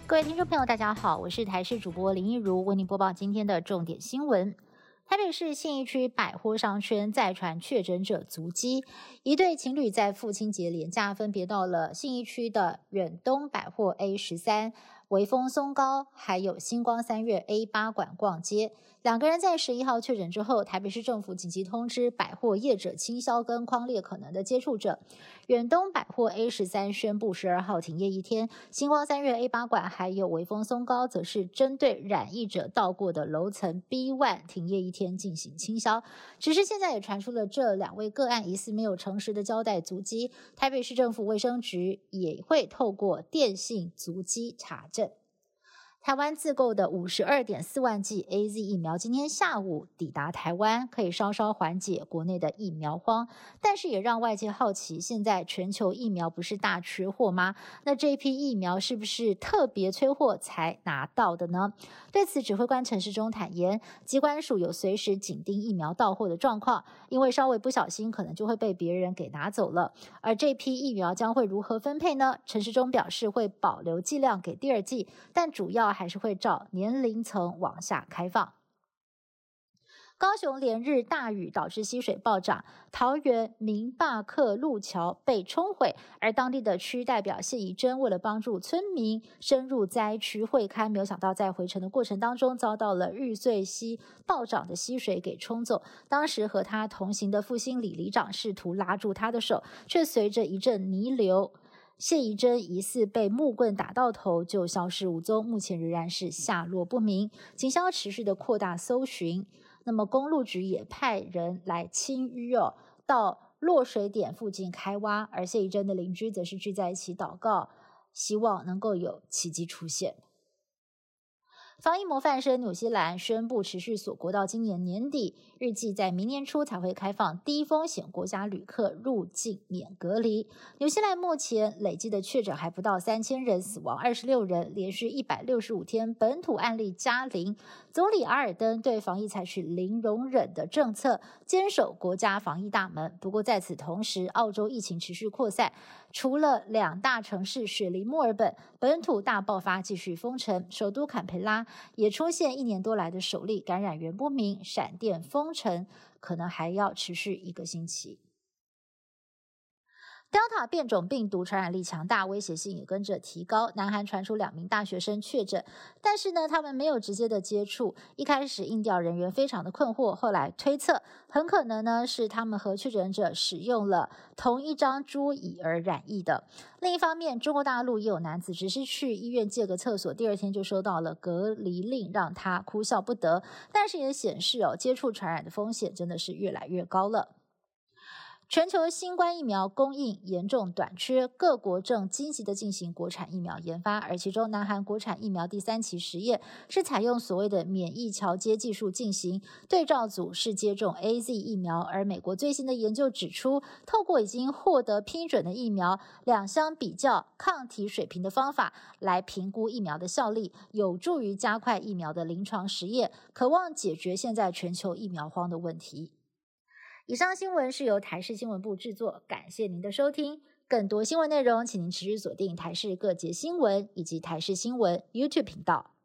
各位听众朋友大家好，我是台视主播林一如，为您播报今天的重点新闻。台北市信义区百货商圈再传确诊者足迹，一对情侣在父亲节连假分别到了信义区的远东百货 A13、微风松高还有星光三月 A8 馆逛街。两个人在11号确诊之后，台北市政府紧急通知百货业者清消跟匡列可能的接触者。远东百货 A13 宣布12号停业一天，星光三月 A8 馆还有微风松高则是针对染疫者到过的楼层 B1 停业一天进行清消。只是现在也传出了这两位个案疑似没有诚实的交代足迹，台北市政府卫生局也会透过电信足迹查证。台湾自购的 52.4 万剂 AZ 疫苗今天下午抵达台湾，可以稍稍缓解国内的疫苗荒，但是也让外界好奇，现在全球疫苗不是大缺货吗？那这一批疫苗是不是特别催货才拿到的呢？对此，指挥官陈时中坦言，机关署有随时紧盯疫苗到货的状况，因为稍微不小心可能就会被别人给拿走了。而这批疫苗将会如何分配呢？陈时中表示会保留剂量给第二剂，但主要还是会照年龄层往下开放。高雄连日大雨导致溪水暴涨，桃园明坝克路桥被冲毁，而当地的区代表谢宜珍为了帮助村民深入灾区会勘，没有想到在回程的过程当中遭到了玉穗溪暴涨的溪水给冲走。当时和他同行的复兴里里长试图拉住他的手，却随着一阵泥流，谢宜珍疑似被木棍打到头就消失无踪，目前仍然是下落不明。警消持续的扩大搜寻，那么公路局也派人来清淤到落水点附近开挖，而谢宜珍的邻居则是聚在一起祷告，希望能够有奇迹出现。防疫模范生纽西兰宣布持续锁国到今年年底，预计在明年初才会开放低风险国家旅客入境免隔离。纽西兰目前累计的确诊还不到3000人，死亡26人，连续165天本土案例加零。总理阿尔登对防疫采取零容忍的政策，坚守国家防疫大门。不过在此同时，澳洲疫情持续扩散，除了两大城市雪梨、墨尔本本土大爆发继续封城，首都坎培拉也出现1年多来的首例感染源不明，闪电封城可能还要持续1个星期。Delta 变种病毒传染力强大，威胁性也跟着提高。南韩传出2名大学生确诊，但是呢，他们没有直接的接触。一开始疫调人员非常的困惑，后来推测很可能呢是他们和确诊者使用了同一张桌椅而染疫的。另一方面，中国大陆也有男子只是去医院借个厕所，第二天就收到了隔离令，让他哭笑不得。但是也显示接触传染的风险真的是越来越高了。全球新冠疫苗供应严重短缺，各国正积极的进行国产疫苗研发，而其中南韩国产疫苗第3期实验是采用所谓的免疫桥接技术进行，对照组是接种 AZ 疫苗，而美国最新的研究指出，透过已经获得批准的疫苗两相比较抗体水平的方法来评估疫苗的效力，有助于加快疫苗的临床实验，渴望解决现在全球疫苗荒的问题。以上新闻是由台视新闻部制作，感谢您的收听。更多新闻内容，请您持续锁定台视各节新闻以及台视新闻 YouTube 频道。